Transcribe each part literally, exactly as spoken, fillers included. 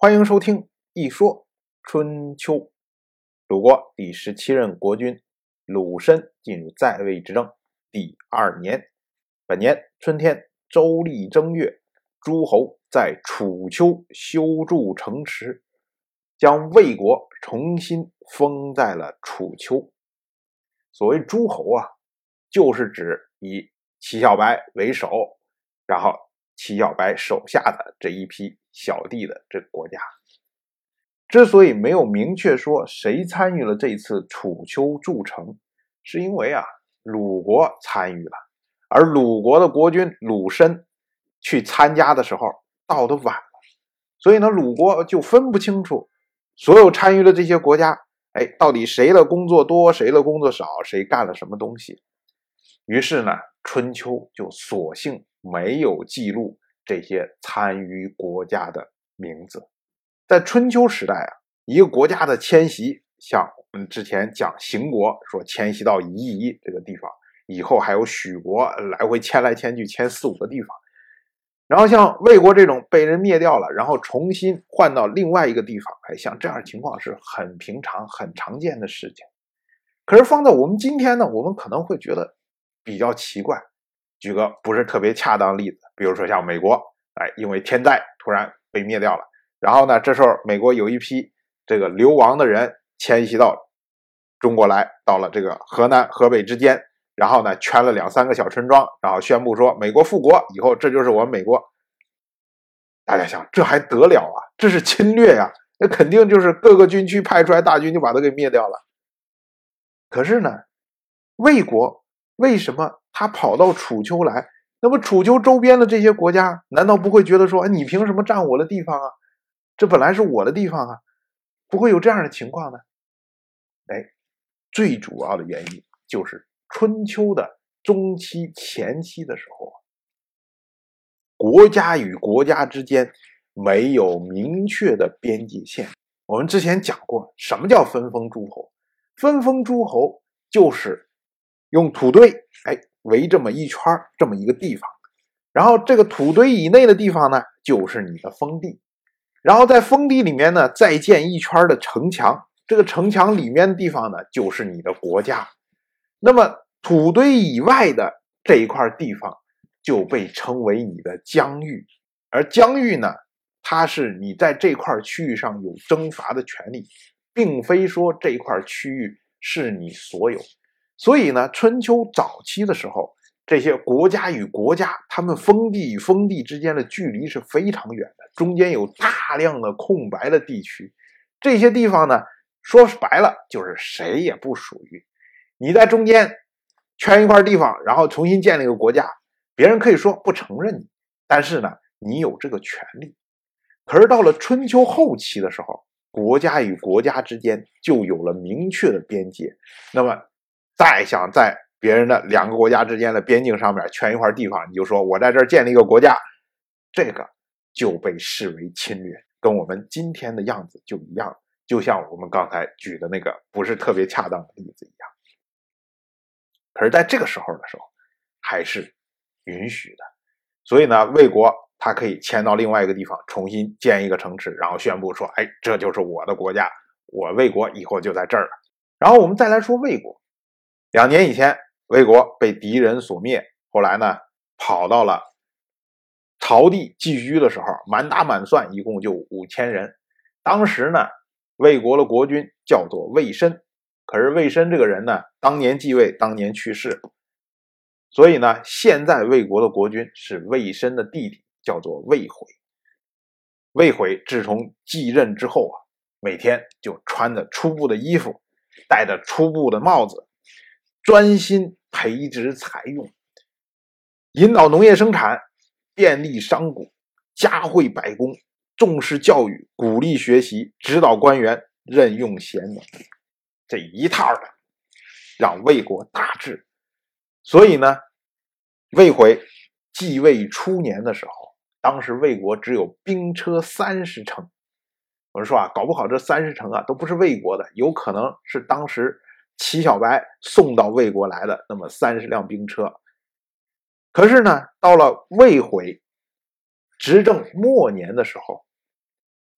欢迎收听一说春秋。鲁国第十七任国君鲁申进入在位执政第二年，本年春天，周历正月，诸侯在楚丘修筑城池，将魏国重新封在了楚丘。所谓诸侯啊，就是指以齐小白为首，然后齐小白手下的这一批小弟的这个国家。之所以没有明确说谁参与了这次楚丘筑城，是因为啊，鲁国参与了，而鲁国的国君鲁申去参加的时候到得晚了，所以呢，鲁国就分不清楚所有参与的这些国家，哎，到底谁的工作多，谁的工作少，谁干了什么东西。于是呢，春秋就索性没有记录这些参与国家的名字。在春秋时代啊，一个国家的迁徙，像我们之前讲邢国说迁徙到夷夷这个地方，以后还有许国来回迁来迁去，迁四五个地方。然后像魏国这种被人灭掉了，然后重新换到另外一个地方，哎，像这样的情况是很平常、很常见的事情。可是放在我们今天呢，我们可能会觉得比较奇怪。举个不是特别恰当的例子，比如说像美国，哎，因为天灾突然被灭掉了。然后呢，这时候美国有一批这个流亡的人迁徙到中国来，到了这个河南河北之间，然后呢圈了两三个小村庄，然后宣布说美国复国，以后这就是我们美国。大家想，这还得了啊？这是侵略呀，那肯定就是各个军区派出来大军就把它给灭掉了。可是呢，魏国为什么他跑到楚丘来？那么楚丘周边的这些国家难道不会觉得说，哎，你凭什么占我的地方啊？这本来是我的地方啊，不会有这样的情况呢？哎，最主要的原因就是春秋的中期前期的时候，国家与国家之间没有明确的边界线。我们之前讲过，什么叫分封诸侯？分封诸侯就是用土堆哎围这么一圈这么一个地方，然后这个土堆以内的地方呢，就是你的封地。然后在封地里面呢，再建一圈的城墙，这个城墙里面的地方呢，就是你的国家。那么土堆以外的这一块地方就被称为你的疆域，而疆域呢，它是你在这块区域上有征伐的权利，并非说这块区域是你所有。所以呢，春秋早期的时候，这些国家与国家，他们封地与封地之间的距离是非常远的，中间有大量的空白的地区。这些地方呢，说白了就是谁也不属于。你在中间圈一块地方，然后重新建立一个国家，别人可以说不承认你，但是呢，你有这个权利。可是到了春秋后期的时候，国家与国家之间就有了明确的边界。那么再想在别人的两个国家之间的边境上面圈一块地方，你就说我在这儿建立一个国家，这个就被视为侵略，跟我们今天的样子就一样，就像我们刚才举的那个不是特别恰当的例子一样。可是在这个时候的时候还是允许的，所以呢，魏国他可以迁到另外一个地方，重新建一个城池，然后宣布说，哎，这就是我的国家，我魏国以后就在这儿了。然后我们再来说魏国，两年以前魏国被敌人所灭，后来呢跑到了曹地寄居的时候，满打满算一共就五千人。当时呢，魏国的国君叫做魏申，可是魏申这个人呢，当年继位，当年去世，所以呢，现在魏国的国君是魏申的弟弟，叫做魏悔。魏悔自从继任之后啊，每天就穿着初步的衣服，戴着初步的帽子，专心培植财用，引导农业生产，便利商贾，嘉惠百工，重视教育，鼓励学习，指导官员，任用贤能，这一套的让魏国大治。所以呢，魏悔继位初年的时候，当时魏国只有兵车三十乘。我们说啊，搞不好这三十乘啊都不是魏国的，有可能是当时齐小白送到魏国来的那么三十辆兵车。可是呢，到了魏悔执政末年的时候，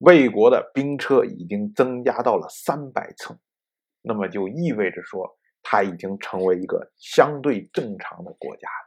魏国的兵车已经增加到了三百乘，那么就意味着说它已经成为一个相对正常的国家了。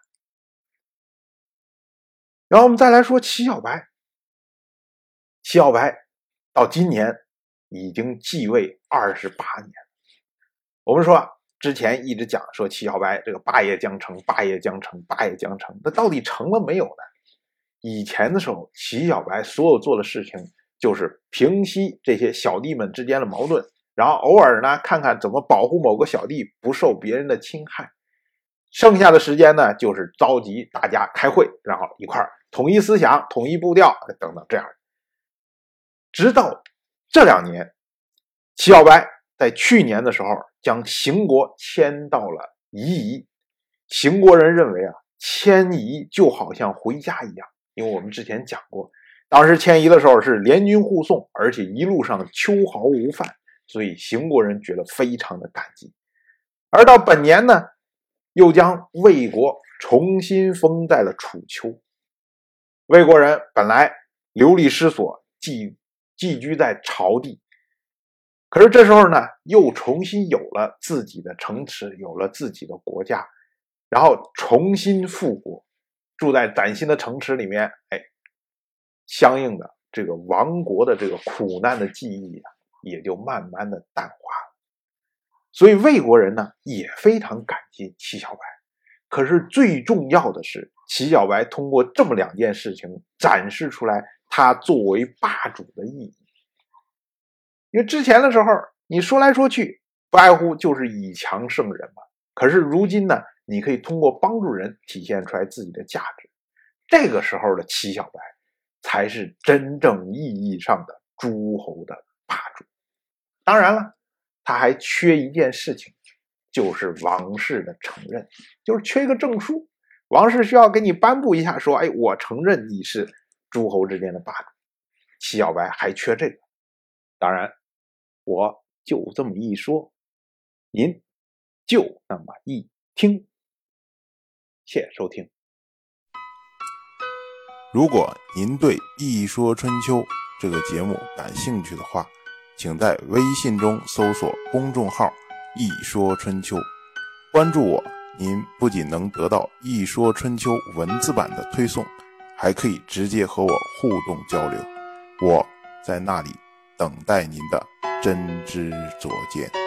然后我们再来说齐小白，齐小白到今年已经继位二十八年。我们说之前一直讲说齐小白这个霸业将成，霸业将成，霸业将成，那到底成了没有呢？以前的时候，齐小白所有做的事情就是平息这些小弟们之间的矛盾，然后偶尔呢看看怎么保护某个小弟不受别人的侵害。剩下的时间呢，就是召集大家开会，然后一块儿统一思想、统一步调等等这样。直到这两年，齐小白在去年的时候将邢国迁到了夷夷。邢国人认为啊，迁移就好像回家一样，因为我们之前讲过，当时迁移的时候是联军护送，而且一路上秋毫无犯，所以邢国人觉得非常的感激。而到本年呢，又将魏国重新封在了楚丘。魏国人本来流离失所，寄寄居在曹地，可是这时候呢，又重新有了自己的城池，有了自己的国家，然后重新复国，住在崭新的城池里面，哎，相应的这个亡国的这个苦难的记忆啊，也就慢慢的淡化了。所以魏国人呢也非常感激齐小白。可是最重要的是，齐小白通过这么两件事情展示出来他作为霸主的意义。因为之前的时候你说来说去不外乎就是以强胜人嘛，可是如今呢，你可以通过帮助人体现出来自己的价值。这个时候的齐小白才是真正意义上的诸侯的霸主。当然了，他还缺一件事情，就是王室的承认，就是缺一个证书。王室需要给你颁布一下说，哎，我承认你是诸侯之间的霸主。齐小白还缺这个。当然我就这么一说，您就那么一听。谢谢收听。 如果您对《一说春秋》这个节目感兴趣的话，请在微信中搜索公众号“一说春秋”，关注我，您不仅能得到《一说春秋》文字版的推送，还可以直接和我互动交流。我在那里等待您的真知灼见。